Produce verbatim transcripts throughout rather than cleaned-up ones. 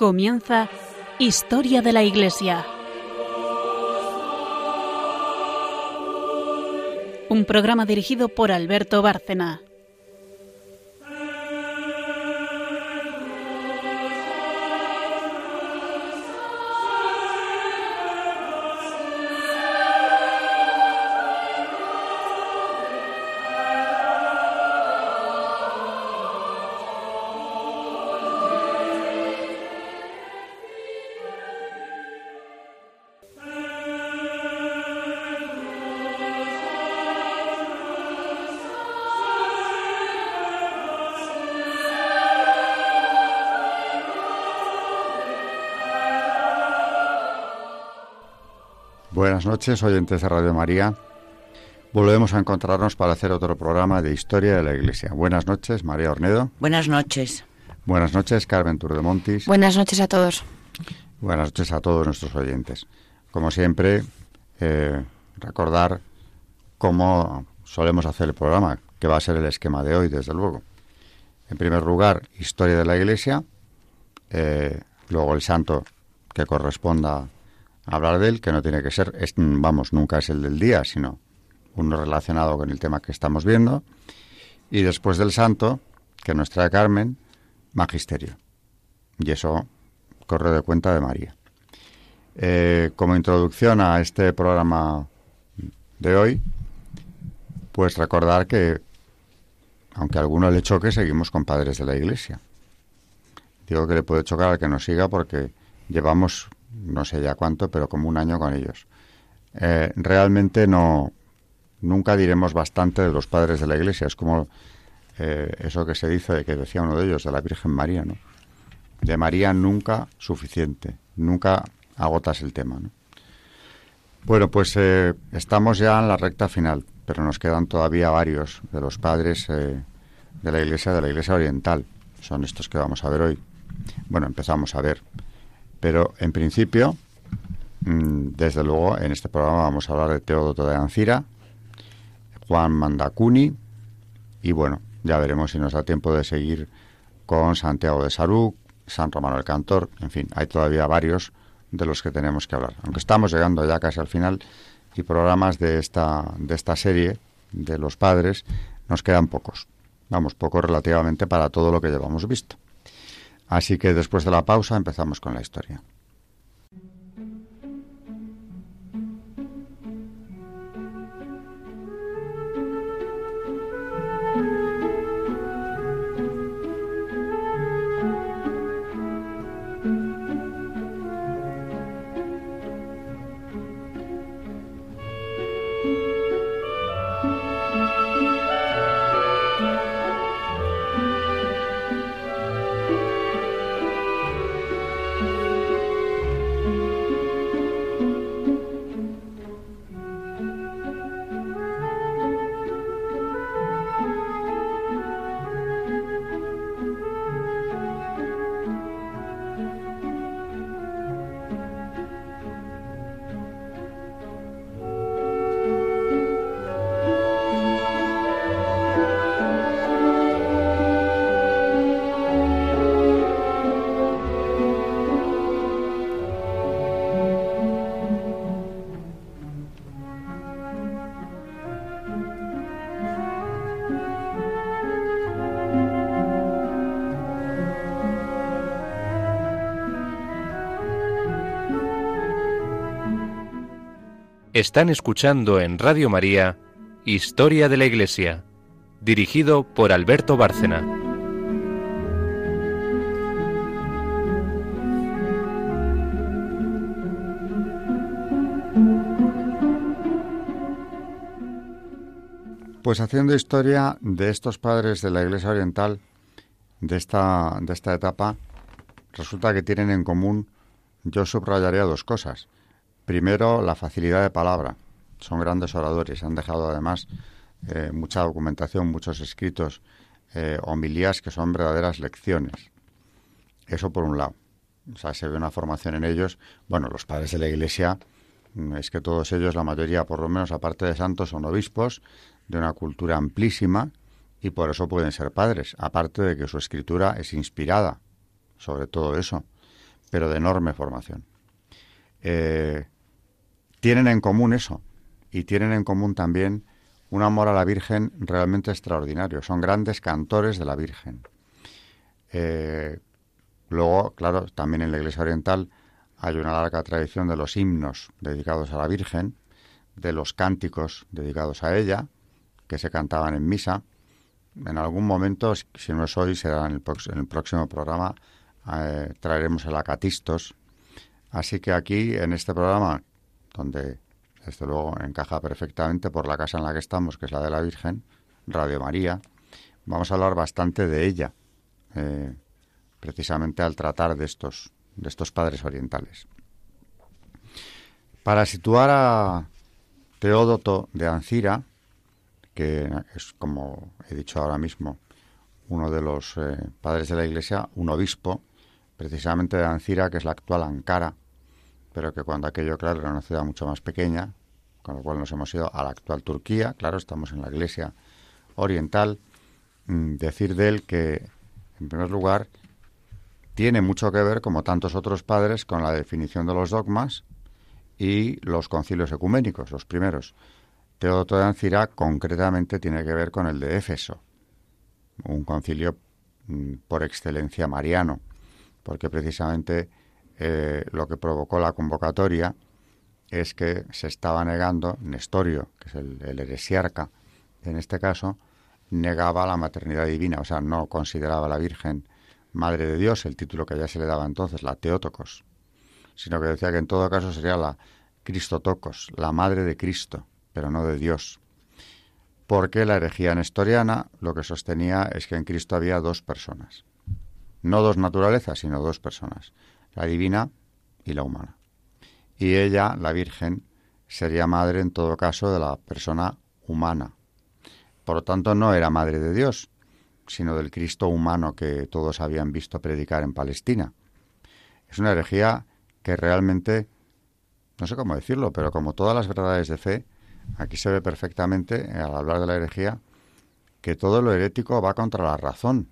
Comienza Historia de la Iglesia. Un programa dirigido por Alberto Bárcena. Buenas noches, oyentes de Radio María. Volvemos a encontrarnos para hacer otro programa de Historia de la Iglesia. Buenas noches, María Ornedo. Buenas noches. Buenas noches, Carmen Turdemontis. Buenas noches a todos. Buenas noches a todos nuestros oyentes. Como siempre, eh, recordar cómo solemos hacer el programa, que va a ser el esquema de hoy, desde luego. En primer lugar, Historia de la Iglesia, eh, luego el santo que corresponda hablar de él, que no tiene que ser, es, vamos, nunca es el del día, sino uno relacionado con el tema que estamos viendo. Y después del santo, que nos trae Carmen, magisterio. Y eso corre de cuenta de María. Eh, como introducción a este programa de hoy, pues recordar que, aunque a alguno le choque, seguimos con padres de la Iglesia. Digo que le puede chocar al que nos siga porque llevamos no sé ya cuánto, pero como un año con ellos. Eh, realmente no, nunca diremos bastante de los padres de la Iglesia. Es como eh, eso que se dice, de que decía uno de ellos, de la Virgen María, ¿no? De María nunca suficiente, nunca agotas el tema, ¿no? Bueno, pues eh, estamos ya en la recta final, pero nos quedan todavía varios de los padres eh, de la Iglesia, de la Iglesia Oriental. Son estos que vamos a ver hoy. Bueno, empezamos a ver. Pero, en principio, desde luego, en este programa vamos a hablar de Teódoto de Ancira, Juan Mandacuni, y bueno, ya veremos si nos da tiempo de seguir con Santiago de Sarú, San Romano el Cantor, en fin, hay todavía varios de los que tenemos que hablar. Aunque estamos llegando ya casi al final, y programas de esta, de esta serie, de los padres, nos quedan pocos. Vamos, pocos relativamente para todo lo que llevamos visto. Así que después de la pausa empezamos con la historia. Están escuchando en Radio María Historia de la Iglesia, dirigido por Alberto Bárcena. Pues haciendo historia de estos padres de la Iglesia Oriental, de esta, de esta etapa, resulta que tienen en común, yo subrayaría dos cosas. Primero, la facilidad de palabra. Son grandes oradores. Han dejado, además, eh, mucha documentación, muchos escritos, eh, homilías que son verdaderas lecciones. Eso por un lado. O sea, se ve una formación en ellos. Bueno, los padres de la Iglesia, es que todos ellos, la mayoría, por lo menos, aparte de santos, son obispos de una cultura amplísima y por eso pueden ser padres. Aparte de que su escritura es inspirada, sobre todo eso. pero de enorme formación. Eh, tienen en común eso, y tienen en común también un amor a la Virgen realmente extraordinario. Son grandes cantores de la Virgen. Eh, luego, claro, también en la Iglesia Oriental hay una larga tradición de los himnos dedicados a la Virgen, de los cánticos dedicados a ella, que se cantaban en misa. En algún momento, si no es hoy, será en el, en el próximo programa, eh, traeremos el acatistos. Así que aquí, en este programa, donde desde luego encaja perfectamente por la casa en la que estamos, que es la de la Virgen, Radio María, vamos a hablar bastante de ella, eh, precisamente al tratar de estos, de estos padres orientales. Para situar a Teódoto de Ancira, que es, como he dicho ahora mismo, uno de los eh, padres de la Iglesia, un obispo, precisamente de Ancira, que es la actual Ankara, pero que cuando aquello, claro, era una ciudad mucho más pequeña, con lo cual nos hemos ido a la actual Turquía, claro, estamos en la Iglesia Oriental. Mm, decir de él que, en primer lugar, tiene mucho que ver, como tantos otros padres, con la definición de los dogmas y los concilios ecuménicos, los primeros. Teódoto de Ancira, concretamente, tiene que ver con el de Éfeso, un concilio mm, por excelencia mariano, porque precisamente eh, lo que provocó la convocatoria es que se estaba negando, Nestorio, que es el, el heresiarca, en este caso, negaba la maternidad divina, o sea, no consideraba a la Virgen Madre de Dios, el título que ya se le daba entonces, la Teótocos, sino que decía que en todo caso sería la Cristotocos, la Madre de Cristo, pero no de Dios. Porque la herejía nestoriana lo que sostenía es que en Cristo había dos personas, no dos naturalezas, sino dos personas, la divina y la humana. Y ella, la Virgen, sería madre en todo caso de la persona humana. Por lo tanto, no era madre de Dios, sino del Cristo humano que todos habían visto predicar en Palestina. Es una herejía que realmente, no sé cómo decirlo, pero como todas las verdades de fe, aquí se ve perfectamente, al hablar de la herejía, que todo lo herético va contra la razón,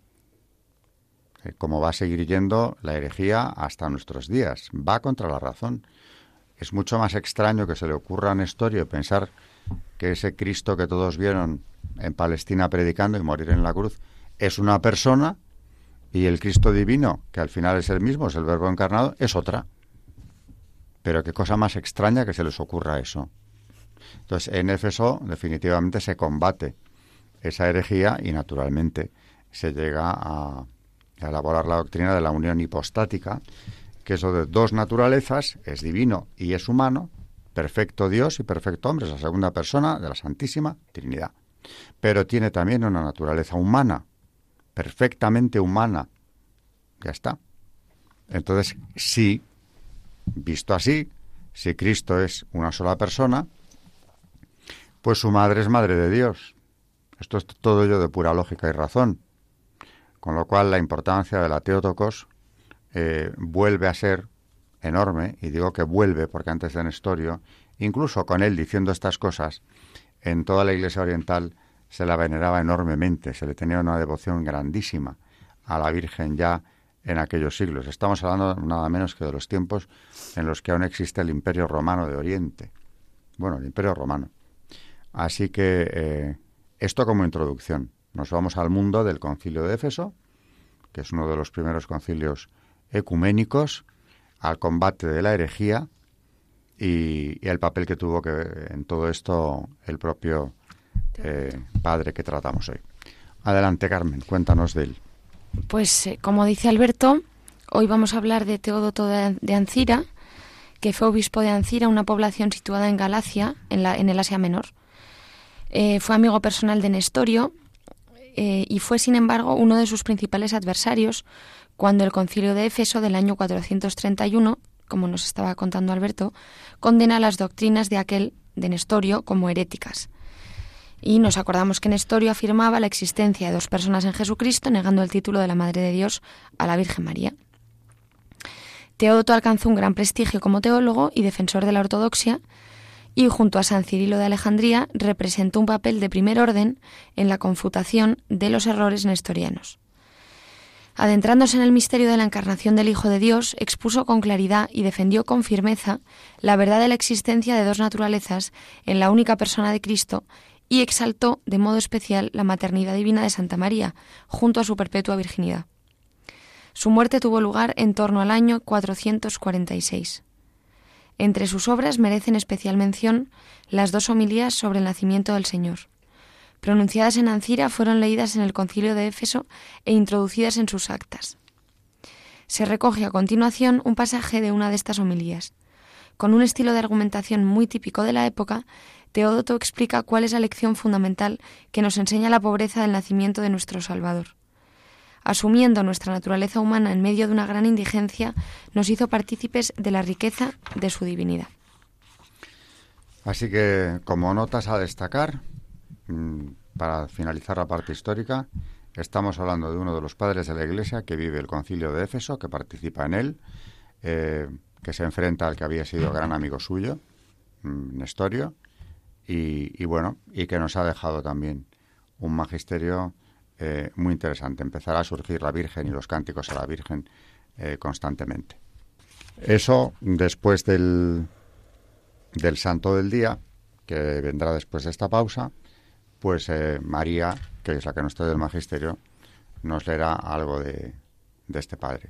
como va a seguir yendo la herejía hasta nuestros días, va contra la razón. Es mucho más extraño que se le ocurra a Nestorio pensar que ese Cristo que todos vieron en Palestina predicando y morir en la cruz es una persona, y el Cristo divino, que al final es el mismo, es el Verbo encarnado, es otra. Pero qué cosa más extraña que se les ocurra eso. Entonces, en Éfeso definitivamente se combate esa herejía y naturalmente se llega a, a elaborar la doctrina de la unión hipostática, que eso de dos naturalezas, es divino y es humano, perfecto Dios y perfecto hombre, es la segunda persona de la Santísima Trinidad. Pero tiene también una naturaleza humana, perfectamente humana. Ya está. Entonces, sí, visto así, si Cristo es una sola persona, pues su madre es madre de Dios. Esto es todo ello de pura lógica y razón. Con lo cual, la importancia de la Teótocos eh, vuelve a ser enorme, y digo que vuelve porque antes de Nestorio, incluso con él diciendo estas cosas, en toda la Iglesia Oriental se la veneraba enormemente, se le tenía una devoción grandísima a la Virgen ya en aquellos siglos. Estamos hablando nada menos que de los tiempos en los que aún existe el Imperio Romano de Oriente. Bueno, el Imperio Romano. Así que eh, esto como introducción. Nos vamos al mundo del Concilio de Éfeso, que es uno de los primeros concilios ecuménicos, al combate de la herejía y, y el papel que tuvo que en todo esto el propio eh, padre que tratamos hoy. Adelante, Carmen, cuéntanos de él. Pues, eh, como dice Alberto, hoy vamos a hablar de Teódoto de, de Ancira, que fue obispo de Ancira, una población situada en Galacia, en, la, en el Asia Menor. Eh, fue amigo personal de Nestorio eh, y fue, sin embargo, uno de sus principales adversarios cuando el Concilio de Éfeso del año cuatrocientos treinta y uno, como nos estaba contando Alberto, condena las doctrinas de aquel de Nestorio como heréticas. Y nos acordamos que Nestorio afirmaba la existencia de dos personas en Jesucristo, negando el título de la Madre de Dios a la Virgen María. Teódoto alcanzó un gran prestigio como teólogo y defensor de la ortodoxia, y junto a San Cirilo de Alejandría representó un papel de primer orden en la confutación de los errores nestorianos. Adentrándose en el misterio de la encarnación del Hijo de Dios, expuso con claridad y defendió con firmeza la verdad de la existencia de dos naturalezas en la única persona de Cristo y exaltó de modo especial la maternidad divina de Santa María, junto a su perpetua virginidad. Su muerte tuvo lugar en torno al año cuatrocientos cuarenta y seis. Entre sus obras merecen especial mención las dos homilías sobre el nacimiento del Señor. Pronunciadas en Ancira, fueron leídas en el Concilio de Éfeso e introducidas en sus actas. Se recoge a continuación un pasaje de una de estas homilías. Con un estilo de argumentación muy típico de la época, Teódoto explica cuál es la lección fundamental que nos enseña la pobreza del nacimiento de nuestro Salvador. Asumiendo nuestra naturaleza humana en medio de una gran indigencia, nos hizo partícipes de la riqueza de su divinidad. Así que, como notas a destacar, para finalizar la parte histórica, estamos hablando de uno de los padres de la Iglesia que vive el Concilio de Éfeso, que participa en él, eh, que se enfrenta al que había sido gran amigo suyo, Nestorio, y, y bueno, y que nos ha dejado también un magisterio eh, muy interesante. Empezará a surgir la Virgen y los cánticos a la Virgen eh, constantemente. Eso después del, del Santo del Día, que vendrá después de esta pausa, pues eh, María, que es la que nos trae del magisterio, nos leerá algo de, de este padre.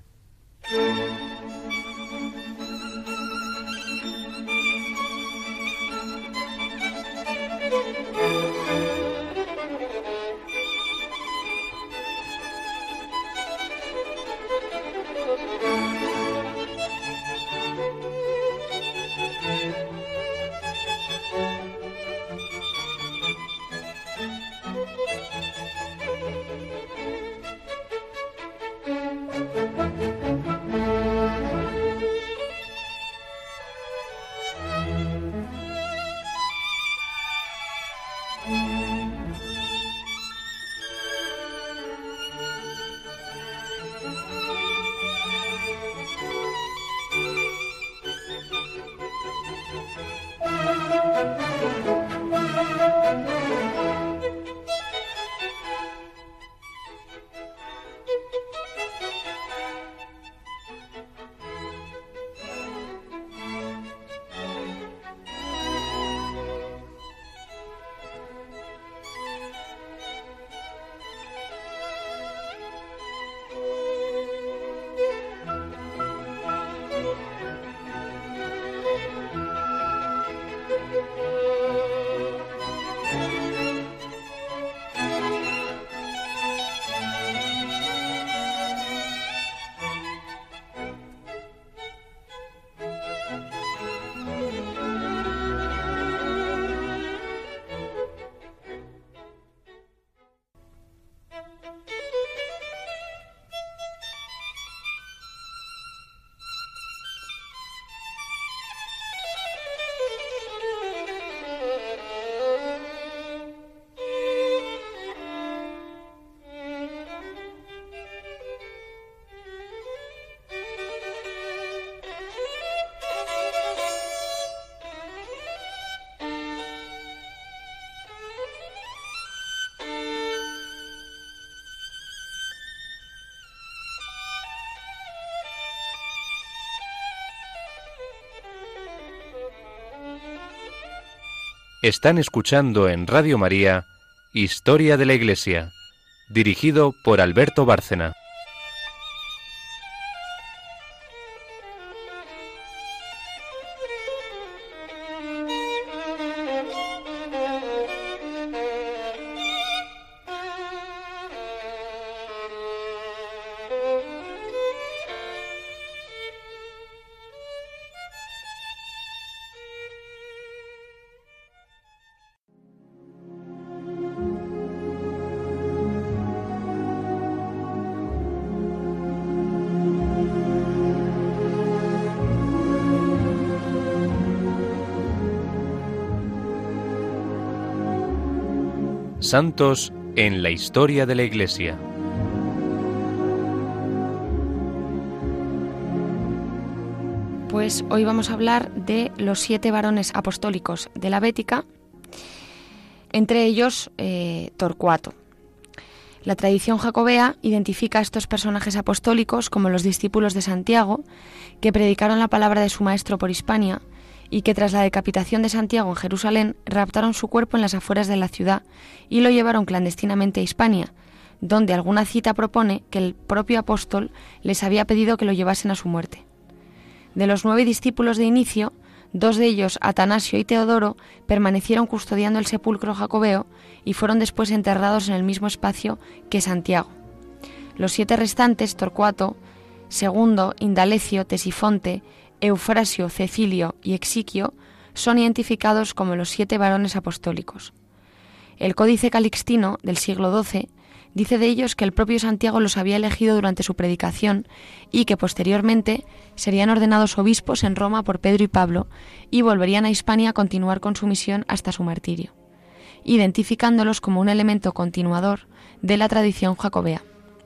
Están escuchando en Radio María Historia de la Iglesia, dirigido por Alberto Bárcena. Santos en la historia de la Iglesia. Pues hoy vamos a hablar de los siete varones apostólicos de la Bética, entre ellos eh, Torcuato. La tradición jacobea identifica a estos personajes apostólicos como los discípulos de Santiago, que predicaron la palabra de su maestro por Hispania y que tras la decapitación de Santiago en Jerusalén raptaron su cuerpo en las afueras de la ciudad y lo llevaron clandestinamente a Hispania, donde alguna cita propone que el propio apóstol les había pedido que lo llevasen a su muerte. De los nueve discípulos de inicio, dos de ellos, Atanasio y Teodoro, permanecieron custodiando el sepulcro jacobeo y fueron después enterrados en el mismo espacio que Santiago. Los siete restantes, Torcuato, Segundo, Indalecio, Tesifonte, Eufrasio, Cecilio y Exiquio, son identificados como los siete varones apostólicos. El Códice Calixtino, del siglo doce, dice de ellos que el propio Santiago los había elegido durante su predicación y que posteriormente serían ordenados obispos en Roma por Pedro y Pablo y volverían a Hispania a continuar con su misión hasta su martirio, identificándolos como un elemento continuador de la tradición jacobea.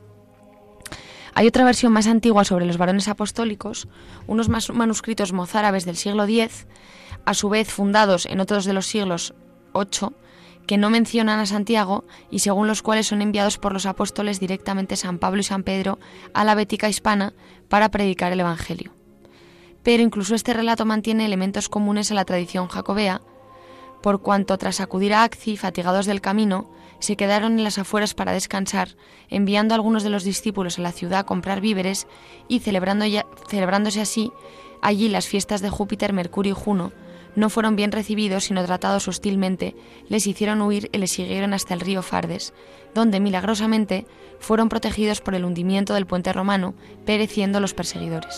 Hay otra versión más antigua sobre los varones apostólicos, unos manuscritos mozárabes del siglo diez, a su vez fundados en otros de los siglos ocho, que no mencionan a Santiago y según los cuales son enviados por los apóstoles directamente San Pablo y San Pedro a la Bética hispana para predicar el Evangelio. Pero incluso este relato mantiene elementos comunes a la tradición jacobea, por cuanto tras acudir a Acci, fatigados del camino, se quedaron en las afueras para descansar, enviando a algunos de los discípulos a la ciudad a comprar víveres y celebrando ya, celebrándose así allí las fiestas de Júpiter, Mercurio y Juno, no fueron bien recibidos sino tratados hostilmente, les hicieron huir y les siguieron hasta el río Fardes, donde milagrosamente fueron protegidos por el hundimiento del puente romano, pereciendo los perseguidores.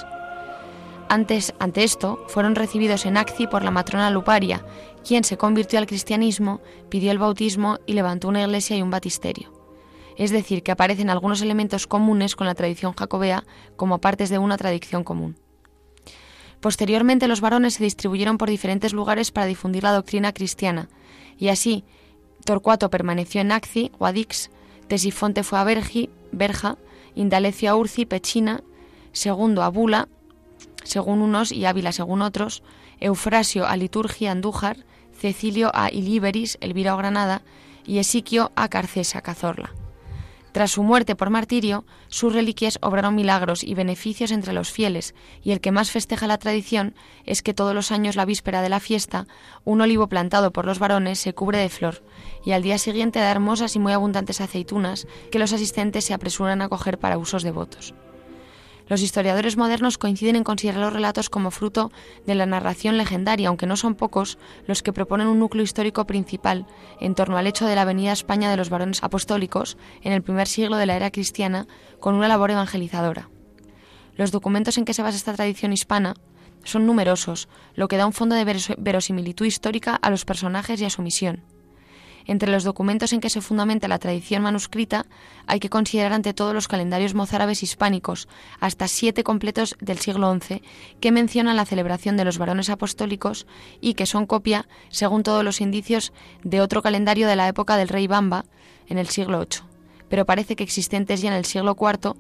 Antes, ante esto, fueron recibidos en Acci por la matrona Luparia, quien se convirtió al cristianismo, pidió el bautismo y levantó una iglesia y un baptisterio. Es decir, que aparecen algunos elementos comunes con la tradición jacobea como partes de una tradición común. Posteriormente los varones se distribuyeron por diferentes lugares para difundir la doctrina cristiana, y así Torcuato permaneció en Acci, Guadix, Tesifonte fue a Bergi, Berja, Indalecio a Urci, Pechina, Segundo a Bula, según unos, y Ávila según otros, Eufrasio a Liturgia, Andújar, Cecilio a Ilíberis, Elvira o Granada, y Esiquio a Carcesa, Cazorla. Tras su muerte por martirio, sus reliquias obraron milagros y beneficios entre los fieles, y el que más festeja la tradición es que todos los años la víspera de la fiesta, un olivo plantado por los varones se cubre de flor, y al día siguiente da hermosas y muy abundantes aceitunas que los asistentes se apresuran a coger para usos devotos. Los historiadores modernos coinciden en considerar los relatos como fruto de la narración legendaria, aunque no son pocos los que proponen un núcleo histórico principal en torno al hecho de la venida a España de los varones apostólicos en el primer siglo de la era cristiana con una labor evangelizadora. Los documentos en que se basa esta tradición hispana son numerosos, lo que da un fondo de veros- verosimilitud histórica a los personajes y a su misión. Entre los documentos en que se fundamenta la tradición manuscrita hay que considerar ante todo los calendarios mozárabes hispánicos, hasta siete completos del siglo once, que mencionan la celebración de los varones apostólicos y que son copia, según todos los indicios, de otro calendario de la época del rey Bamba, en el siglo ocho, pero parece que existentes ya en el siglo cuarto,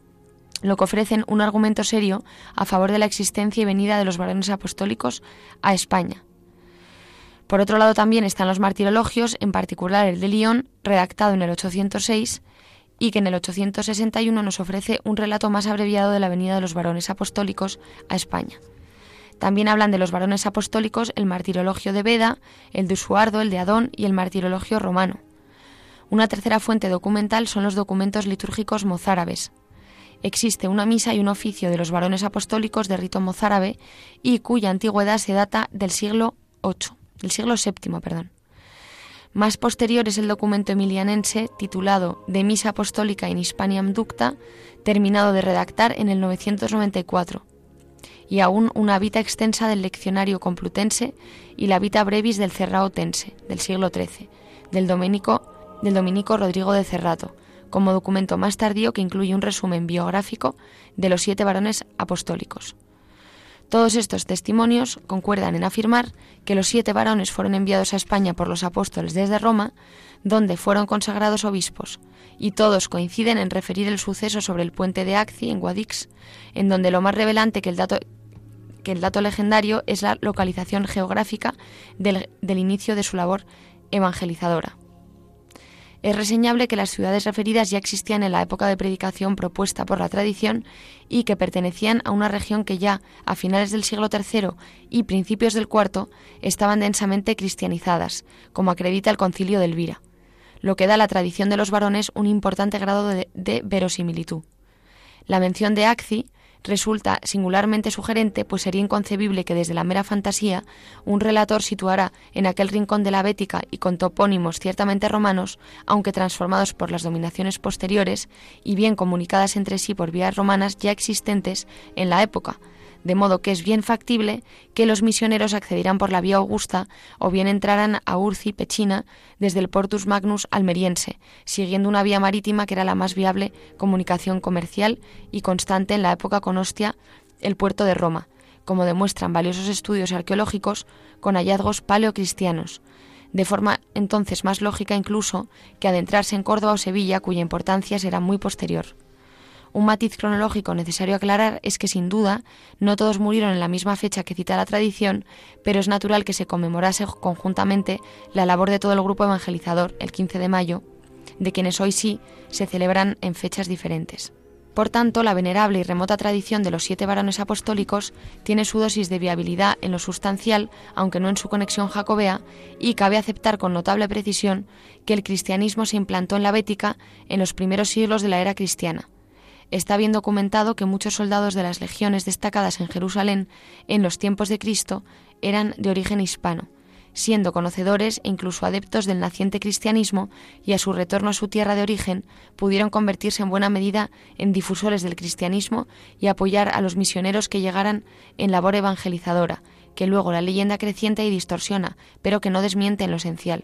lo que ofrecen un argumento serio a favor de la existencia y venida de los varones apostólicos a España. Por otro lado también están los martirologios, en particular el de Lyon, redactado en el ochocientos seis, y que en el ochocientos sesenta y uno nos ofrece un relato más abreviado de la venida de los varones apostólicos a España. También hablan de los varones apostólicos el martirologio de Beda, el de Usuardo, el de Adón y el martirologio romano. Una tercera fuente documental son los documentos litúrgicos mozárabes. Existe una misa y un oficio de los varones apostólicos de rito mozárabe y cuya antigüedad se data del siglo ocho. Del siglo séptimo, perdón. Más posterior es el documento emilianense titulado De Misa Apostólica in Hispaniam Ducta, terminado de redactar en el novecientos noventa y cuatro, y aún una vita extensa del leccionario complutense y la vita brevis del Cerraotense, del siglo trece, del dominico, del dominico Rodrigo de Cerrato, como documento más tardío que incluye un resumen biográfico de los siete varones apostólicos. Todos estos testimonios concuerdan en afirmar que los siete varones fueron enviados a España por los apóstoles desde Roma, donde fueron consagrados obispos, y todos coinciden en referir el suceso sobre el puente de Acci, en Guadix, en donde lo más revelante que el dato, que el dato legendario es la localización geográfica del, del inicio de su labor evangelizadora. Es reseñable que las ciudades referidas ya existían en la época de predicación propuesta por la tradición y que pertenecían a una región que ya, a finales del siglo tercero y principios del cuarto, estaban densamente cristianizadas, como acredita el Concilio de Elvira, lo que da a la tradición de los varones un importante grado de, de verosimilitud. La mención de Acci resulta singularmente sugerente, pues sería inconcebible que desde la mera fantasía un relator situara en aquel rincón de la Bética y con topónimos ciertamente romanos, aunque transformados por las dominaciones posteriores y bien comunicadas entre sí por vías romanas ya existentes en la época, de modo que es bien factible que los misioneros accedieran por la vía augusta o bien entraran a Urci, Pechina, desde el Portus Magnus almeriense, siguiendo una vía marítima que era la más viable comunicación comercial y constante en la época con Ostia, el puerto de Roma, como demuestran valiosos estudios arqueológicos con hallazgos paleocristianos, de forma entonces más lógica incluso que adentrarse en Córdoba o Sevilla, cuya importancia será muy posterior. Un matiz cronológico necesario aclarar es que, sin duda, no todos murieron en la misma fecha que cita la tradición, pero es natural que se conmemorase conjuntamente la labor de todo el grupo evangelizador el quince de mayo, de quienes hoy sí se celebran en fechas diferentes. Por tanto, la venerable y remota tradición de los siete varones apostólicos tiene su dosis de viabilidad en lo sustancial, aunque no en su conexión jacobea, y cabe aceptar con notable precisión que el cristianismo se implantó en la Bética en los primeros siglos de la era cristiana. Está bien documentado que muchos soldados de las legiones destacadas en Jerusalén en los tiempos de Cristo eran de origen hispano, siendo conocedores e incluso adeptos del naciente cristianismo, y a su retorno a su tierra de origen pudieron convertirse en buena medida en difusores del cristianismo y apoyar a los misioneros que llegaran en labor evangelizadora, que luego la leyenda acrecienta y distorsiona, pero que no desmiente en lo esencial.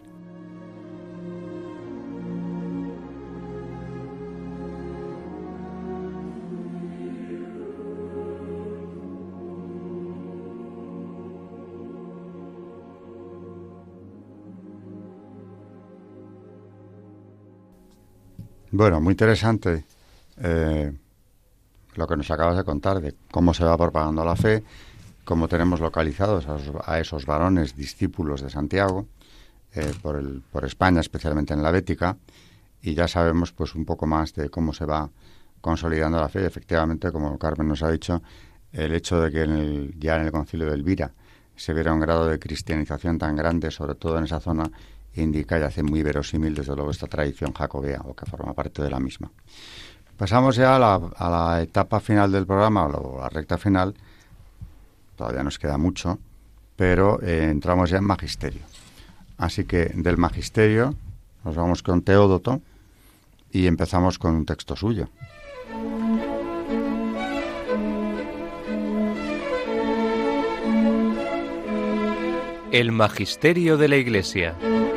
Bueno, muy interesante eh, lo que nos acabas de contar de cómo se va propagando la fe, cómo tenemos localizados a, esos, a esos varones discípulos de Santiago eh, por, el, por España, especialmente en la Bética, y ya sabemos pues un poco más de cómo se va consolidando la fe. Y efectivamente, como Carmen nos ha dicho, el hecho de que en el, ya en el Concilio de Elvira se viera un grado de cristianización tan grande, sobre todo en esa zona, indica y hace muy verosímil, desde luego, esta tradición jacobea, o que forma parte de la misma. Pasamos ya a la, a la etapa final del programa, o la recta final. Todavía nos queda mucho, pero eh, entramos ya en magisterio. Así que del magisterio nos vamos con Teódoto y empezamos con un texto suyo. El magisterio de la Iglesia.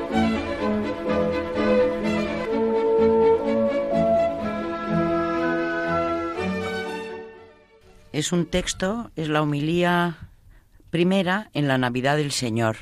Es un texto, es la homilía primera en la Navidad del Señor.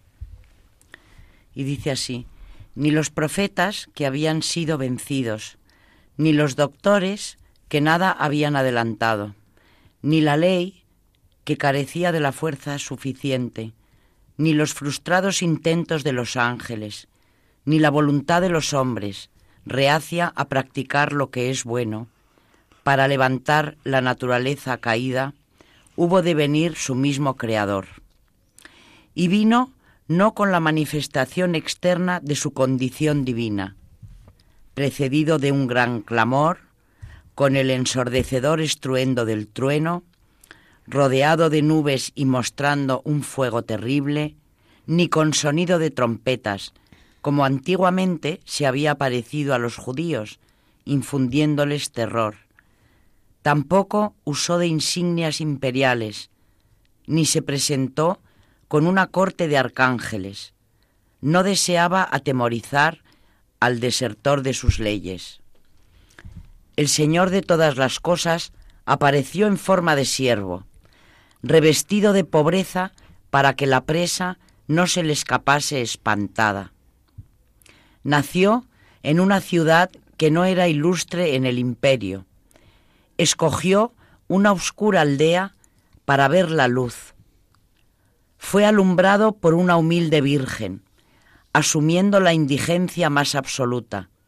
Y dice así: ni los profetas que habían sido vencidos, ni los doctores que nada habían adelantado, ni la ley que carecía de la fuerza suficiente, ni los frustrados intentos de los ángeles, ni la voluntad de los hombres, reacia a practicar lo que es bueno, para levantar la naturaleza caída, hubo de venir su mismo Creador. Y vino no con la manifestación externa de su condición divina, precedido de un gran clamor, con el ensordecedor estruendo del trueno, rodeado de nubes y mostrando un fuego terrible, ni con sonido de trompetas, como antiguamente se había aparecido a los judíos, infundiéndoles terror. Tampoco usó de insignias imperiales, ni se presentó con una corte de arcángeles. No deseaba atemorizar al desertor de sus leyes. El Señor de todas las cosas apareció en forma de siervo, revestido de pobreza para que la presa no se le escapase espantada. Nació en una ciudad que no era ilustre en el imperio. Escogió una oscura aldea para ver la luz. Fue alumbrado por una humilde virgen, asumiendo la indigencia más absoluta.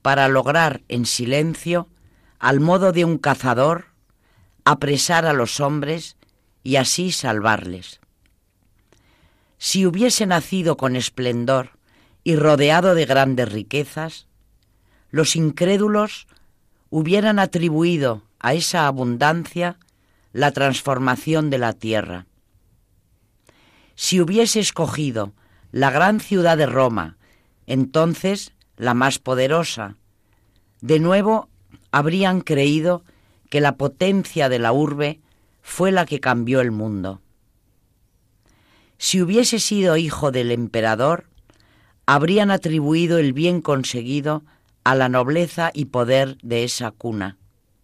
para lograr en silencio, al modo de un cazador, apresar a los hombres y así salvarles. Si hubiese nacido con esplendor y rodeado de grandes riquezas, los incrédulos hubieran atribuido a esa abundancia la transformación de la tierra. Si hubiese escogido la gran ciudad de Roma, entonces la más poderosa, de nuevo habrían creído que la potencia de la urbe fue la que cambió el mundo. Si hubiese sido hijo del emperador, habrían atribuido el bien conseguido a la nobleza y poder de esa cuna.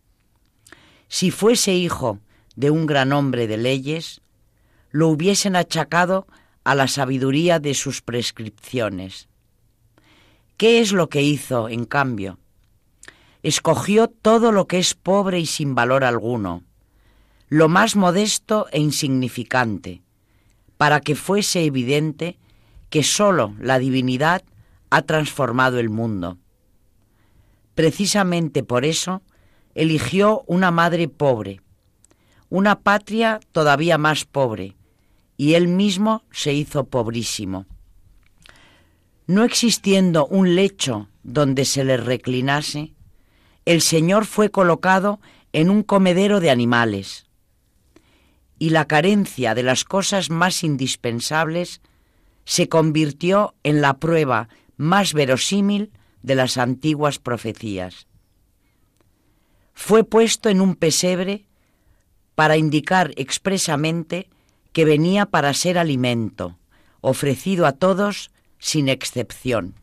Si fuese hijo de un gran hombre de leyes, lo hubiesen achacado a la sabiduría de sus prescripciones. ¿Qué es lo que hizo, en cambio? Escogió todo lo que es pobre y sin valor alguno, lo más modesto e insignificante, para que fuese evidente que sólo la divinidad ha transformado el mundo. Precisamente por eso eligió una madre pobre, una patria todavía más pobre, y él mismo se hizo pobrísimo. No existiendo un lecho donde se le reclinase, el Señor fue colocado en un comedero de animales, y la carencia de las cosas más indispensables se convirtió en la prueba más verosímil de las antiguas profecías. Fue puesto en un pesebre para indicar expresamente que venía para ser alimento, ofrecido a todos sin excepción.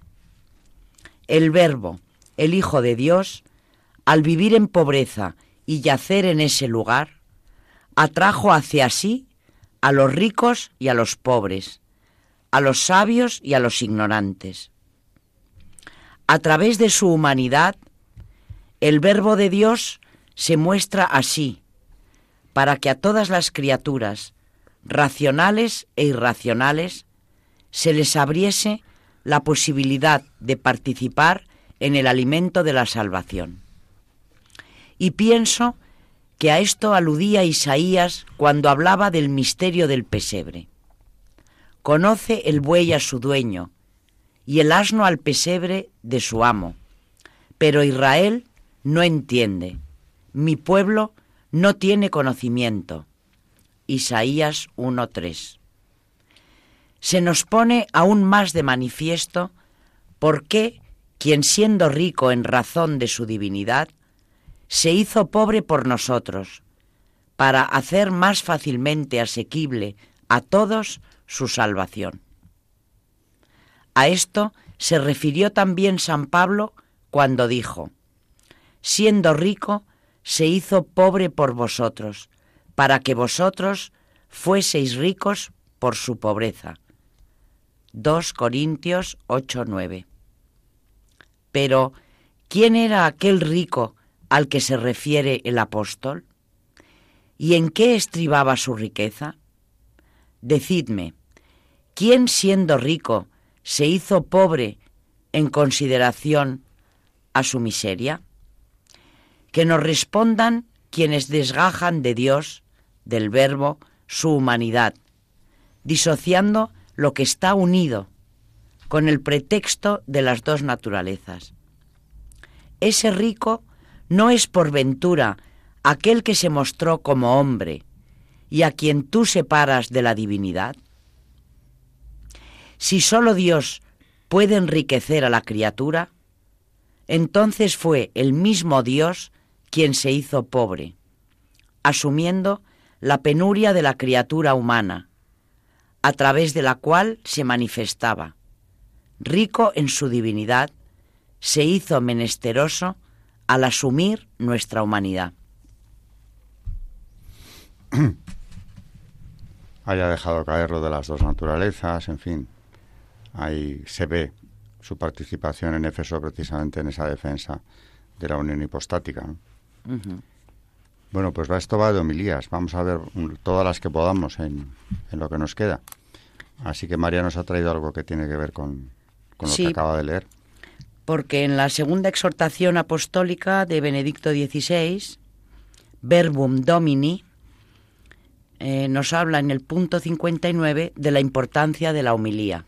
El Verbo, el Hijo de Dios, al vivir en pobreza y yacer en ese lugar, atrajo hacia sí a los ricos y a los pobres, a los sabios y a los ignorantes. A través de su humanidad, el Verbo de Dios se muestra así, para que a todas las criaturas, racionales e irracionales, se les abriese la posibilidad de participar en el alimento de la salvación. Y pienso que a esto aludía Isaías cuando hablaba del misterio del pesebre. Conoce el buey a su dueño y el asno al pesebre de su amo, pero Israel no entiende, mi pueblo no tiene conocimiento. Isaías uno tres. Se nos pone aún más de manifiesto por qué quien siendo rico en razón de su divinidad, se hizo pobre por nosotros, para hacer más fácilmente asequible a todos su salvación. A esto se refirió también San Pablo cuando dijo: siendo rico, se hizo pobre por vosotros, para que vosotros fueseis ricos por su pobreza. dos Corintios ocho nueve. Pero, ¿quién era aquel rico al que se refiere el apóstol? ¿Y en qué estribaba su riqueza? Decidme, ¿quién siendo rico se hizo pobre en consideración a su miseria? Que nos respondan quienes desgajan de Dios, del Verbo, su humanidad, disociando lo que está unido con el pretexto de las dos naturalezas. Ese rico no es por ventura aquel que se mostró como hombre y a quien tú separas de la divinidad. Si sólo Dios puede enriquecer a la criatura, entonces fue el mismo Dios quien se hizo pobre, asumiendo la penuria de la criatura humana, a través de la cual se manifestaba. Rico en su divinidad, se hizo menesteroso al asumir nuestra humanidad. Haya dejado caer lo de las dos naturalezas, en fin, ahí se ve su participación en Éfeso precisamente en esa defensa de la unión hipostática, ¿no? Uh-huh. Bueno, pues esto va de homilías, vamos a ver un, todas las que podamos en, en lo que nos queda. Así que María nos ha traído algo que tiene que ver con, con lo sí, que acaba de leer. porque en la segunda exhortación apostólica de Benedicto dieciséis, Verbum Domini, eh, nos habla en el punto cincuenta y nueve de la importancia de la homilía.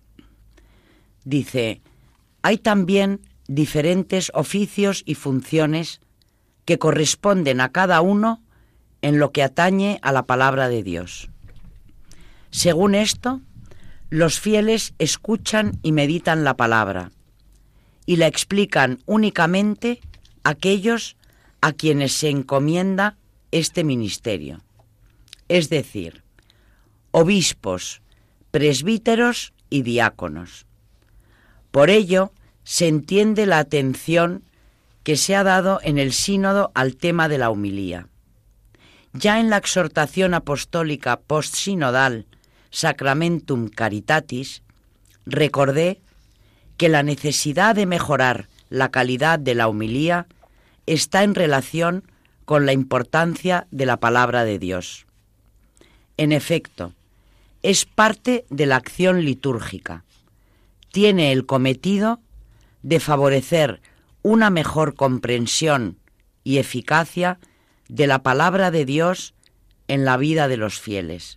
Dice, hay también diferentes oficios y funciones que corresponden a cada uno en lo que atañe a la palabra de Dios. Según esto, los fieles escuchan y meditan la palabra y la explican únicamente aquellos a quienes se encomienda este ministerio, es decir, obispos, presbíteros y diáconos. Por ello, se entiende la atención que se ha dado en el sínodo al tema de la homilía. Ya en la exhortación apostólica postsinodal Sacramentum Caritatis, recordé que la necesidad de mejorar la calidad de la homilía está en relación con la importancia de la palabra de Dios. En efecto, es parte de la acción litúrgica. Tiene el cometido de favorecer una mejor comprensión y eficacia de la palabra de Dios en la vida de los fieles.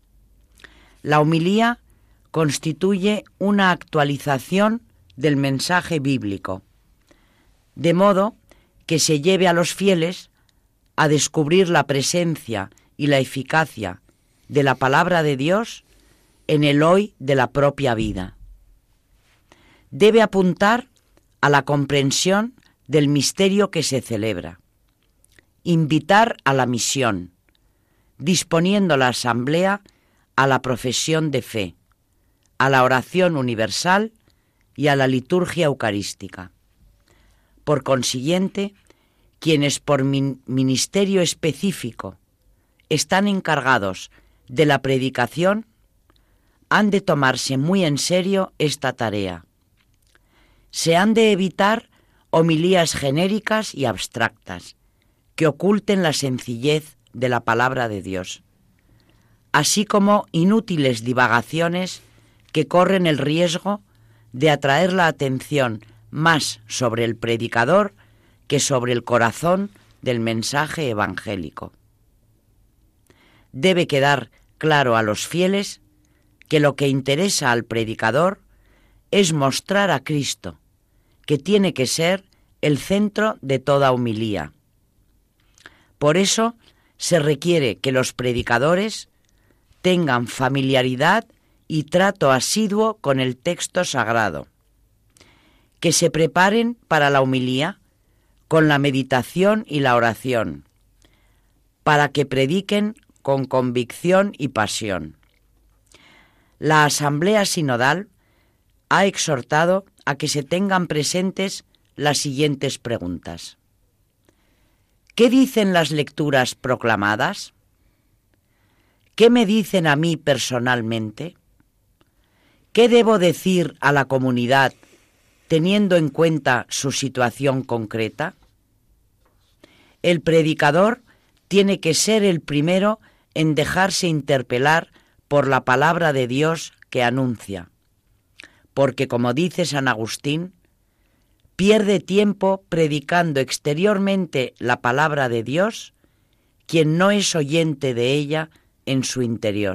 La homilía constituye una actualización del mensaje bíblico, de modo que se lleve a los fieles a descubrir la presencia y la eficacia de la palabra de Dios en el hoy de la propia vida. Debe apuntar a la comprensión del misterio que se celebra, invitar a la misión, disponiendo la asamblea a la profesión de fe, a la oración universal y a la liturgia eucarística. Por consiguiente, quienes por min- ministerio específico están encargados de la predicación han de tomarse muy en serio esta tarea. Se han de evitar homilías genéricas y abstractas que oculten la sencillez de la palabra de Dios, así como inútiles divagaciones que corren el riesgo de atraer la atención más sobre el predicador que sobre el corazón del mensaje evangélico. Debe quedar claro a los fieles que lo que interesa al predicador es mostrar a Cristo, que tiene que ser el centro de toda homilía. Por eso se requiere que los predicadores tengan familiaridad y trato asiduo con el texto sagrado, que se preparen para la homilía con la meditación y la oración, para que prediquen con convicción y pasión. La Asamblea Sinodal ha exhortado a que se tengan presentes las siguientes preguntas. ¿Qué dicen las lecturas proclamadas? ¿Qué me dicen a mí personalmente? ¿Qué debo decir a la comunidad teniendo en cuenta su situación concreta? El predicador tiene que ser el primero en dejarse interpelar por la palabra de Dios que anuncia, porque, como dice San Agustín, pierde tiempo predicando exteriormente la palabra de Dios quien no es oyente de ella en su interior.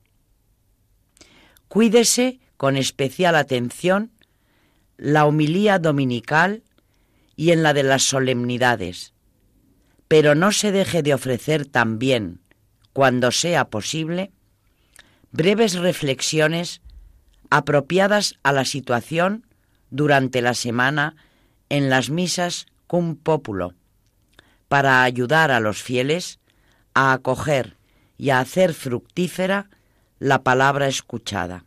Cuídese con especial atención la homilía dominical y en la de las solemnidades, pero no se deje de ofrecer también, cuando sea posible, breves reflexiones apropiadas a la situación durante la semana en las misas cum populo, para ayudar a los fieles a acoger y a hacer fructífera la palabra escuchada.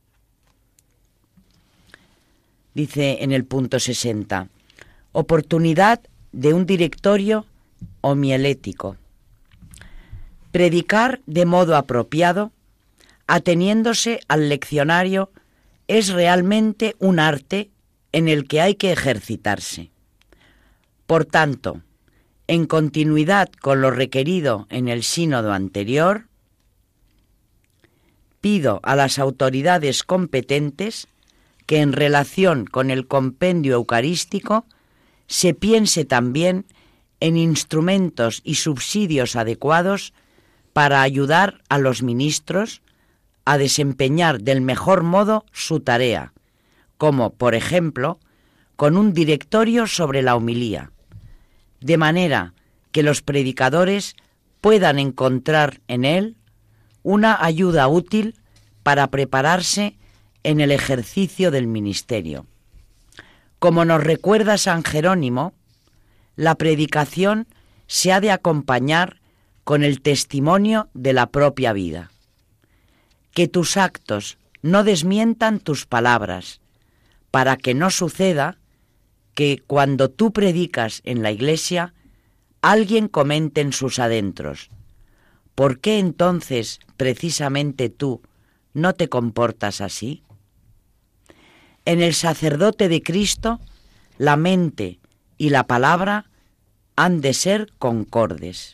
Dice en el punto sesenta, oportunidad de un directorio homielético. Predicar de modo apropiado, ateniéndose al leccionario, es realmente un arte en el que hay que ejercitarse. Por tanto, en continuidad con lo requerido en el sínodo anterior, pido a las autoridades competentes que en relación con el compendio eucarístico se piense también en instrumentos y subsidios adecuados para ayudar a los ministros a desempeñar del mejor modo su tarea, como, por ejemplo, con un directorio sobre la homilía, de manera que los predicadores puedan encontrar en él una ayuda útil para prepararse en el ejercicio del ministerio. Como nos recuerda San Jerónimo, la predicación se ha de acompañar con el testimonio de la propia vida. Que tus actos no desmientan tus palabras, para que no suceda que cuando tú predicas en la iglesia, alguien comente en sus adentros: ¿por qué entonces precisamente tú no te comportas así? En el sacerdote de Cristo, la mente y la palabra han de ser concordes.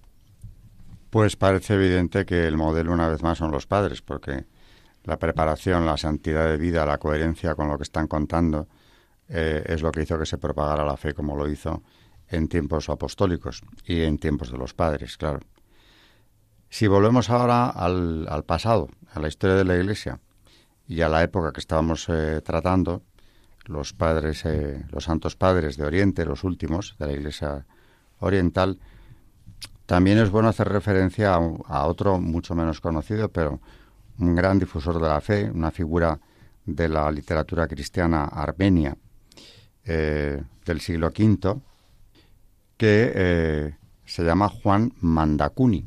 Pues parece evidente que el modelo una vez más son los padres, porque la preparación, la santidad de vida, la coherencia con lo que están contando eh, es lo que hizo que se propagara la fe como lo hizo en tiempos apostólicos y en tiempos de los padres, claro. Si volvemos ahora al, al pasado, a la historia de la Iglesia y a la época que estábamos eh, tratando, los padres, eh, los santos padres de Oriente, los últimos de la Iglesia oriental, también es bueno hacer referencia a, a otro mucho menos conocido, pero un gran difusor de la fe, una figura de la literatura cristiana armenia eh, del siglo quinto, que eh, se llama Juan Mandakuni.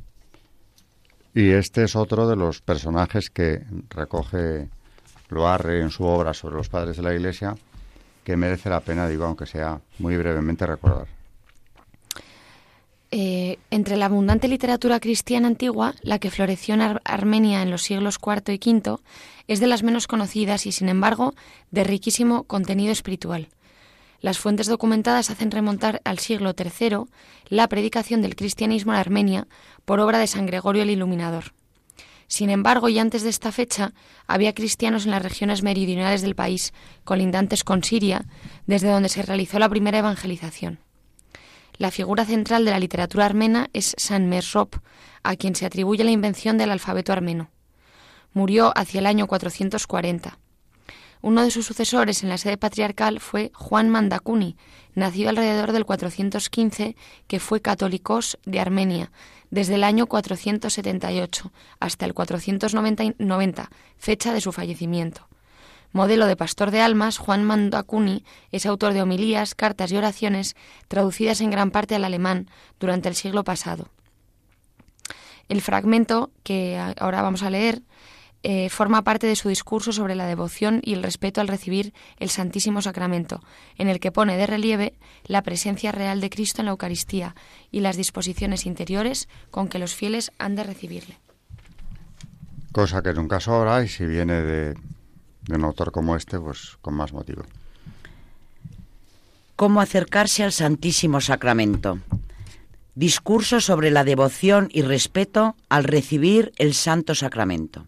Y este es otro de los personajes que recoge Loarre en su obra sobre los padres de la Iglesia, que merece la pena, digo, aunque sea muy brevemente, recordar. Eh, entre la abundante literatura cristiana antigua, la que floreció en Ar- Armenia en los siglos cuarto y quinto es de las menos conocidas y, sin embargo, de riquísimo contenido espiritual. Las fuentes documentadas hacen remontar al siglo tercero la predicación del cristianismo en Armenia por obra de San Gregorio el Iluminador. Sin embargo, y antes de esta fecha, había cristianos en las regiones meridionales del país, colindantes con Siria, desde donde se realizó la primera evangelización. La figura central de la literatura armena es San Mesrop, a quien se atribuye la invención del alfabeto armeno. Murió hacia el año cuatrocientos cuarenta. Uno de sus sucesores en la sede patriarcal fue Juan Mandakuni, nacido alrededor del cuatrocientos quince, que fue católicos de Armenia desde el año cuatrocientos setenta y ocho hasta el cuatrocientos noventa, fecha de su fallecimiento. Modelo de pastor de almas, Juan Mandakuni es autor de homilías, cartas y oraciones traducidas en gran parte al alemán durante el siglo pasado. El fragmento que ahora vamos a leer eh, forma parte de su discurso sobre la devoción y el respeto al recibir el Santísimo Sacramento, en el que pone de relieve la presencia real de Cristo en la Eucaristía y las disposiciones interiores con que los fieles han de recibirle. Cosa que nunca sobra, y si viene de... de un autor como este, pues con más motivo. ¿Cómo acercarse al Santísimo Sacramento? Discurso sobre la devoción y respeto al recibir el Santo Sacramento.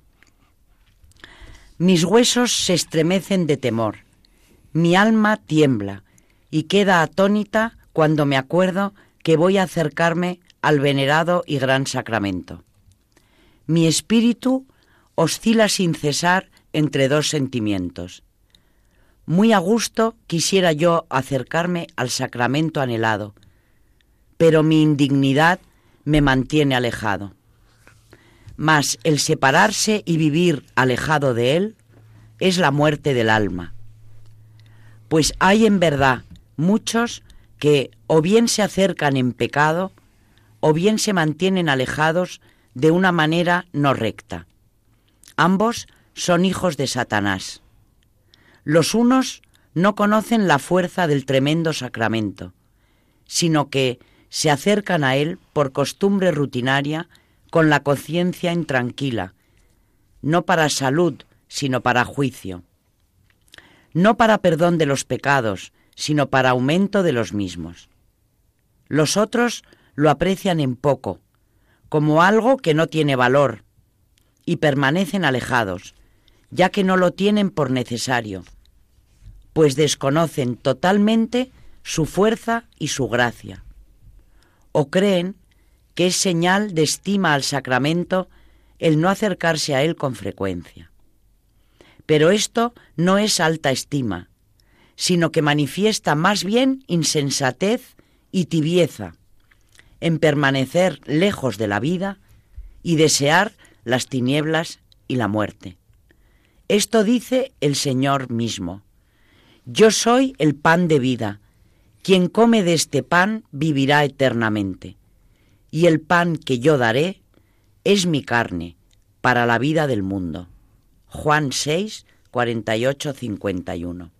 Mis huesos se estremecen de temor, mi alma tiembla y queda atónita cuando me acuerdo que voy a acercarme al venerado y gran sacramento. Mi espíritu oscila sin cesar entre dos sentimientos. Muy a gusto quisiera yo acercarme al sacramento anhelado, pero mi indignidad me mantiene alejado. Mas el separarse y vivir alejado de él es la muerte del alma. Pues hay en verdad muchos que o bien se acercan en pecado o bien se mantienen alejados de una manera no recta. Ambos son hijos de Satanás. Los unos no conocen la fuerza del tremendo sacramento, sino que se acercan a él por costumbre rutinaria con la conciencia intranquila, no para salud, sino para juicio, no para perdón de los pecados, sino para aumento de los mismos. Los otros lo aprecian en poco, como algo que no tiene valor, y permanecen alejados, ya que no lo tienen por necesario, pues desconocen totalmente su fuerza y su gracia, o creen que es señal de estima al sacramento el no acercarse a él con frecuencia. Pero esto no es alta estima, sino que manifiesta más bien insensatez y tibieza en permanecer lejos de la vida y desear las tinieblas y la muerte. Esto dice el Señor mismo: yo soy el pan de vida, quien come de este pan vivirá eternamente, y el pan que yo daré es mi carne para la vida del mundo. Juan seis, cuarenta y ocho, cincuenta y uno.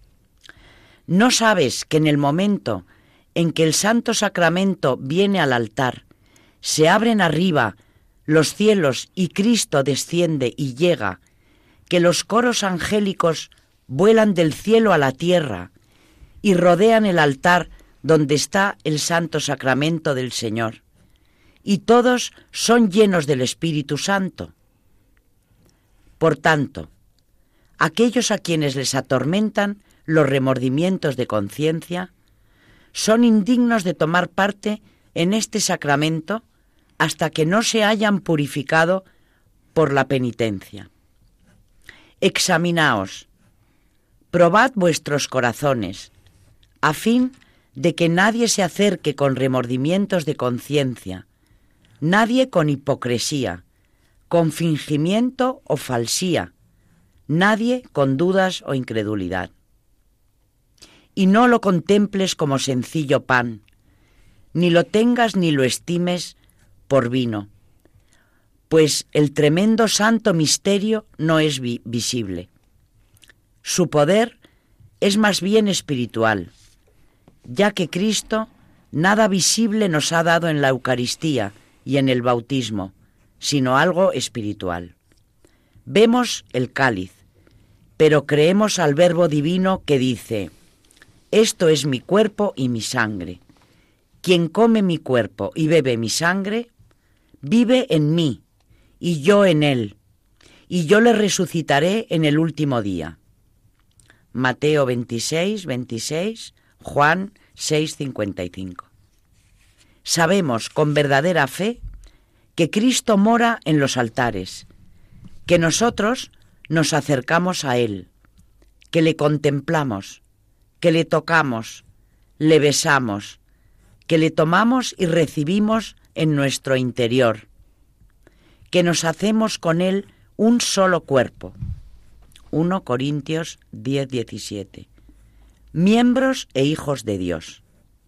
¿No sabes que en el momento en que el Santo Sacramento viene al altar, se abren arriba los cielos y Cristo desciende y llega, que los coros angélicos vuelan del cielo a la tierra y rodean el altar donde está el Santo Sacramento del Señor, y todos son llenos del Espíritu Santo? Por tanto, aquellos a quienes les atormentan los remordimientos de conciencia son indignos de tomar parte en este sacramento hasta que no se hayan purificado por la penitencia. Examinaos, probad vuestros corazones, a fin de que nadie se acerque con remordimientos de conciencia, nadie con hipocresía, con fingimiento o falsía, nadie con dudas o incredulidad. Y no lo contemples como sencillo pan, ni lo tengas ni lo estimes por vino, pues el tremendo santo misterio no es vi- visible. Su poder es más bien espiritual, ya que Cristo nada visible nos ha dado en la Eucaristía y en el bautismo, sino algo espiritual. Vemos el cáliz, pero creemos al Verbo divino que dice: esto es mi cuerpo y mi sangre. Quien come mi cuerpo y bebe mi sangre, vive en mí, y yo en él, y yo le resucitaré en el último día. Mateo veintiséis, veintiséis, Juan seis, cincuenta y cinco. Sabemos con verdadera fe que Cristo mora en los altares, que nosotros nos acercamos a él, que le contemplamos, que le tocamos, le besamos, que le tomamos y recibimos en nuestro interior, que nos hacemos con él un solo cuerpo. primera Corintios diez, diecisiete. Miembros e hijos de Dios.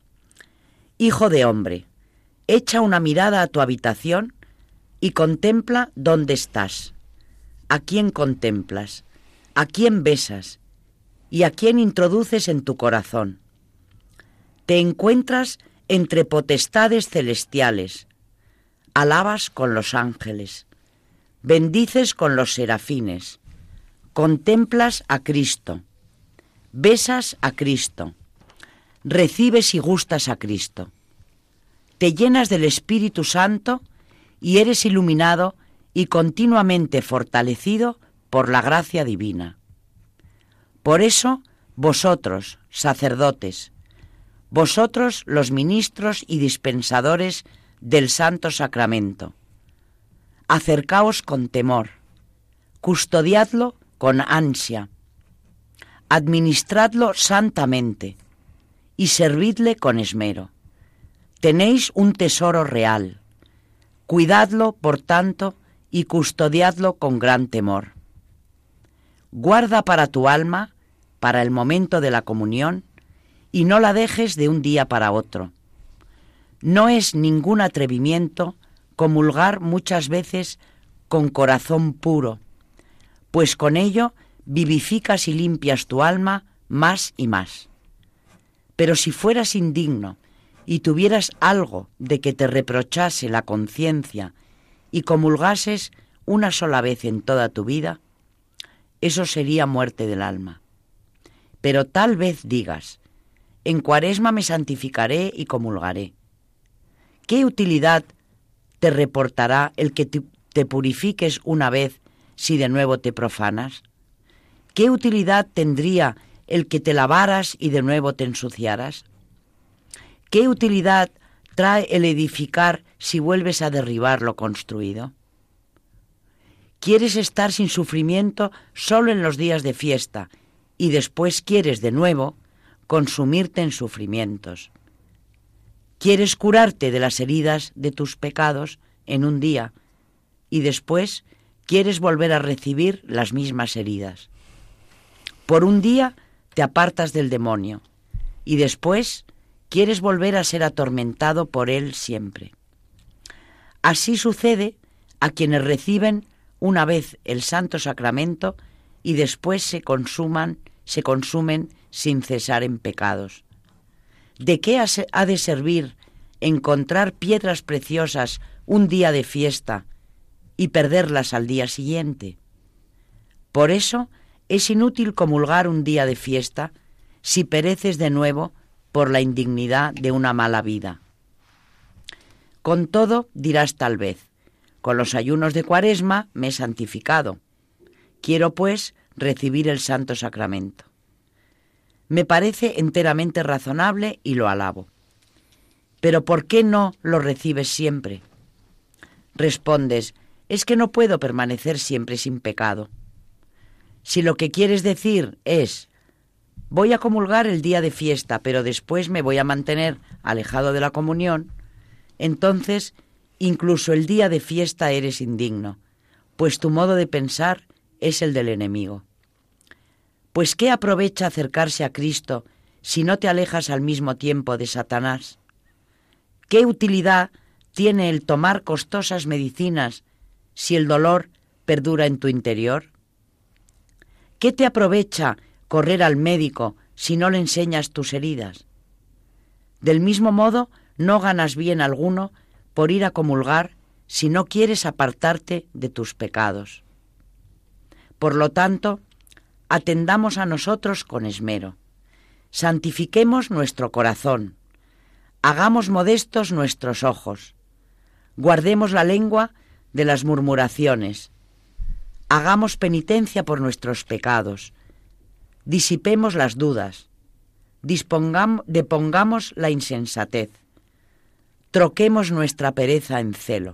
Hijo de hombre, echa una mirada a tu habitación y contempla dónde estás, a quién contemplas, a quién besas y a quién introduces en tu corazón. Te encuentras entre potestades celestiales, alabas con los ángeles, bendices con los serafines, contemplas a Cristo, besas a Cristo, recibes y gustas a Cristo, te llenas del Espíritu Santo y eres iluminado y continuamente fortalecido por la gracia divina. Por eso, vosotros, sacerdotes, vosotros los ministros y dispensadores del Santo Sacramento, acercaos con temor, custodiadlo con ansia, administradlo santamente y servidle con esmero. Tenéis un tesoro real, cuidadlo, por tanto, y custodiadlo con gran temor. Guarda para tu alma, para el momento de la comunión, y no la dejes de un día para otro. No es ningún atrevimiento comulgar muchas veces con corazón puro, pues con ello vivificas y limpias tu alma más y más. Pero si fueras indigno y tuvieras algo de que te reprochase la conciencia y comulgases una sola vez en toda tu vida, eso sería muerte del alma. Pero tal vez digas: en Cuaresma me santificaré y comulgaré. ¿Qué utilidad te reportará el que te purifiques una vez si de nuevo te profanas? ¿Qué utilidad tendría el que te lavaras y de nuevo te ensuciaras? ¿Qué utilidad trae el edificar si vuelves a derribar lo construido? ¿Quieres estar sin sufrimiento solo en los días de fiesta y después quieres de nuevo consumirte en sufrimientos? ¿Quieres curarte de las heridas de tus pecados en un día y después quieres volver a recibir las mismas heridas? Por un día te apartas del demonio y después quieres volver a ser atormentado por él siempre. Así sucede a quienes reciben una vez el Santo Sacramento y después se consuman, se consumen sin cesar en pecados. ¿De qué ha de servir encontrar piedras preciosas un día de fiesta y perderlas al día siguiente? Por eso es inútil comulgar un día de fiesta si pereces de nuevo por la indignidad de una mala vida. Con todo, dirás tal vez, con los ayunos de Cuaresma me he santificado. Quiero, pues, recibir el Santo Sacramento. Me parece enteramente razonable y lo alabo. Pero ¿por qué no lo recibes siempre? Respondes, es que no puedo permanecer siempre sin pecado. Si lo que quieres decir es, voy a comulgar el día de fiesta, pero después me voy a mantener alejado de la comunión, entonces incluso el día de fiesta eres indigno, pues tu modo de pensar es el del enemigo. Pues ¿qué aprovecha acercarse a Cristo si no te alejas al mismo tiempo de Satanás? ¿Qué utilidad tiene el tomar costosas medicinas si el dolor perdura en tu interior? ¿Qué te aprovecha correr al médico si no le enseñas tus heridas? Del mismo modo, no ganas bien alguno por ir a comulgar si no quieres apartarte de tus pecados. Por lo tanto, atendamos a nosotros con esmero, santifiquemos nuestro corazón, hagamos modestos nuestros ojos, guardemos la lengua de las murmuraciones, hagamos penitencia por nuestros pecados, disipemos las dudas, dispongamos, depongamos la insensatez, troquemos nuestra pereza en celo.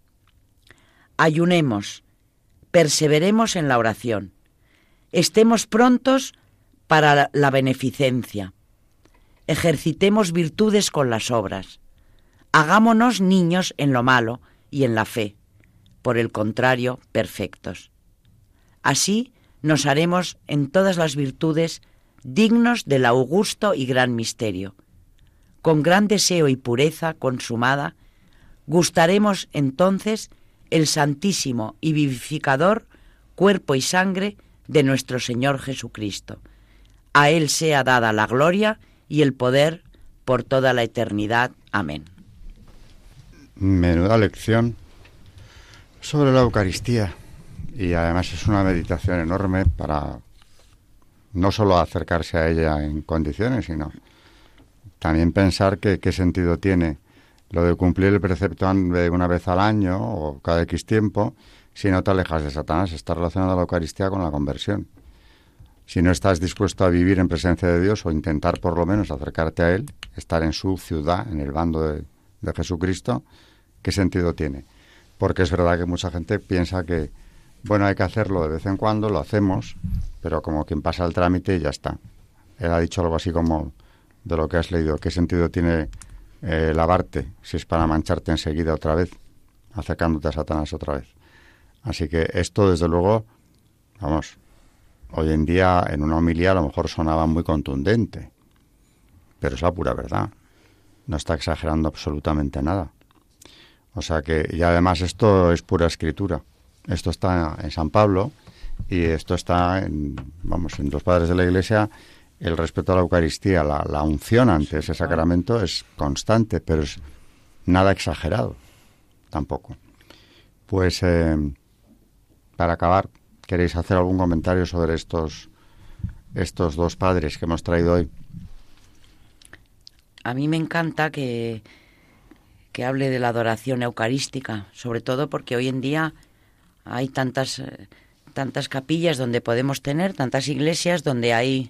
Ayunemos, perseveremos en la oración, estemos prontos para la beneficencia, ejercitemos virtudes con las obras, hagámonos niños en lo malo y en la fe, por el contrario, perfectos. Así nos haremos en todas las virtudes dignos del augusto y gran misterio. Con gran deseo y pureza consumada, gustaremos entonces el santísimo y vivificador cuerpo y sangre de nuestro Señor Jesucristo. A Él sea dada la gloria y el poder por toda la eternidad. Amén. Menuda lección sobre la Eucaristía. Y además es una meditación enorme para no solo acercarse a ella en condiciones, sino también pensar que qué sentido tiene lo de cumplir el precepto de una vez al año o cada X tiempo si no te alejas de Satanás. Está relacionada la Eucaristía con la conversión. Si no estás dispuesto a vivir en presencia de Dios o intentar por lo menos acercarte a Él, estar en su ciudad, en el bando de, de Jesucristo, ¿qué sentido tiene? Porque es verdad que mucha gente piensa que, bueno, hay que hacerlo de vez en cuando, lo hacemos, pero como quien pasa el trámite y ya está. Él ha dicho algo así como de lo que has leído, ¿qué sentido tiene eh, lavarte si es para mancharte enseguida otra vez, acercándote a Satanás otra vez? Así que esto, desde luego, vamos, hoy en día en una homilía a lo mejor sonaba muy contundente, pero es la pura verdad, no está exagerando absolutamente nada. O sea que, y además esto es pura escritura, esto está en San Pablo y esto está en, vamos, en los padres de la Iglesia. El respeto a la Eucaristía, la, la unción ante ese sacramento es constante, pero es nada exagerado, tampoco. Pues, eh, para acabar, ¿queréis hacer algún comentario sobre estos, estos dos padres que hemos traído hoy? A mí me encanta que, que hable de la adoración eucarística, sobre todo porque hoy en día hay tantas, tantas capillas donde podemos tener, tantas iglesias donde hay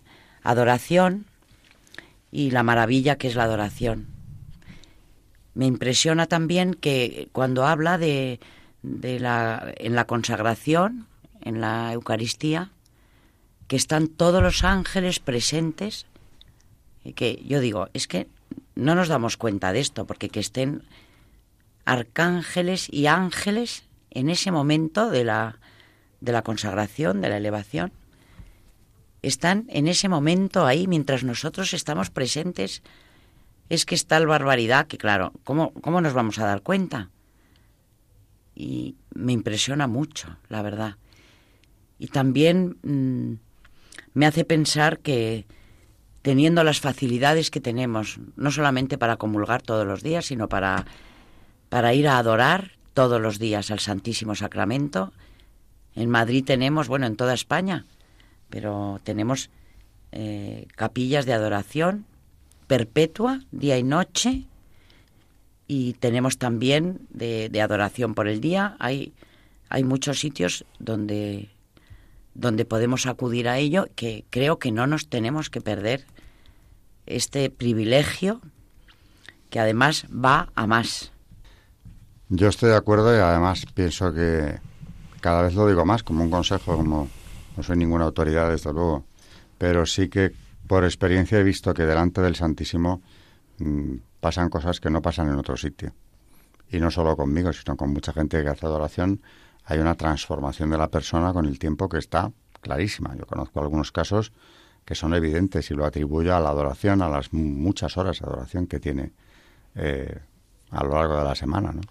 adoración y la maravilla que es la adoración. Me impresiona también que cuando habla de, de la, en la consagración, en la Eucaristía, que están todos los ángeles presentes, y que yo digo, es que no nos damos cuenta de esto, porque que estén arcángeles y ángeles en ese momento de la, de la consagración, de la elevación, están en ese momento ahí mientras nosotros estamos presentes. Es que es tal barbaridad que, claro, ¿cómo, cómo nos vamos a dar cuenta? Y me impresiona mucho, la verdad. Y también mmm, me hace pensar que teniendo las facilidades que tenemos, no solamente para comulgar todos los días, sino para, para ir a adorar todos los días al Santísimo Sacramento. En Madrid tenemos, bueno, en toda España, pero tenemos eh, capillas de adoración perpetua, día y noche, y tenemos también de, de adoración por el día. Hay, hay muchos sitios donde, donde podemos acudir a ello, que creo que no nos tenemos que perder este privilegio, que además va a más. Yo estoy de acuerdo y además pienso que cada vez lo digo más como un consejo, como no soy ninguna autoridad desde luego, pero sí que por experiencia he visto que delante del Santísimo mmm, pasan cosas que no pasan en otro sitio. Y no solo conmigo, sino con mucha gente que hace adoración. Hay una transformación de la persona con el tiempo que está clarísima. Yo conozco algunos casos que son evidentes y lo atribuyo a la adoración, a las muchas horas de adoración que tiene eh, a lo largo de la semana, ¿no?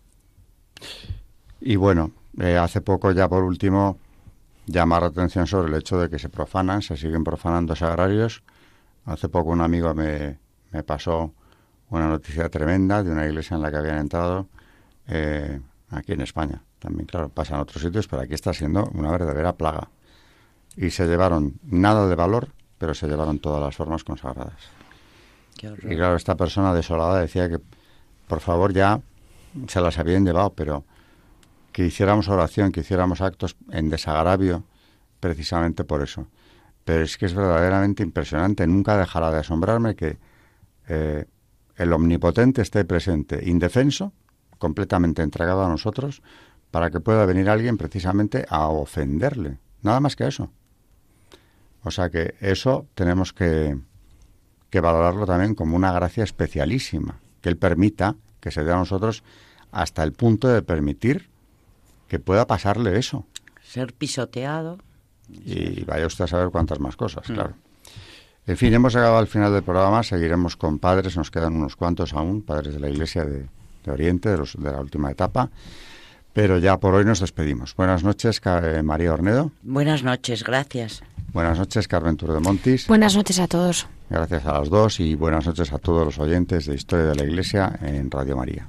Y bueno, eh, hace poco ya por último llamar la atención sobre el hecho de que se profanan, se siguen profanando sagrarios. Hace poco un amigo me, me pasó una noticia tremenda de una iglesia en la que habían entrado eh, aquí en España. También, claro, pasa en otros sitios, pero aquí está siendo una verdadera plaga. Y se llevaron nada de valor, pero se llevaron todas las formas consagradas. Qué horror. Y claro, esta persona desolada decía que por favor ya se las habían llevado, pero que hiciéramos oración, que hiciéramos actos en desagravio precisamente por eso. Pero es que es verdaderamente impresionante. Nunca dejará de asombrarme que eh, el Omnipotente esté presente, indefenso, completamente entregado a nosotros, para que pueda venir alguien precisamente a ofenderle. Nada más que eso. O sea que eso tenemos que, que valorarlo también como una gracia especialísima, que Él permita que se dé a nosotros hasta el punto de permitir que pueda pasarle eso. Ser pisoteado. Y vaya usted a saber cuántas más cosas, mm. claro. En fin, hemos llegado al final del programa, seguiremos con padres, nos quedan unos cuantos aún, padres de la Iglesia de, de Oriente, de, los, de la última etapa, pero ya por hoy nos despedimos. Buenas noches, eh, María Ornedo. Buenas noches, gracias. Buenas noches, Carmen Turdemontis. Buenas noches a todos. Gracias a las dos y buenas noches a todos los oyentes de Historia de la Iglesia en Radio María.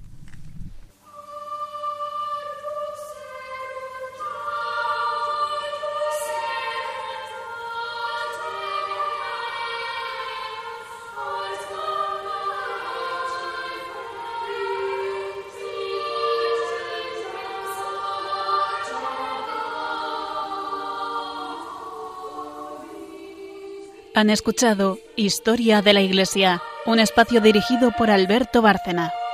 Han escuchado Historia de la Iglesia, un espacio dirigido por Alberto Bárcena.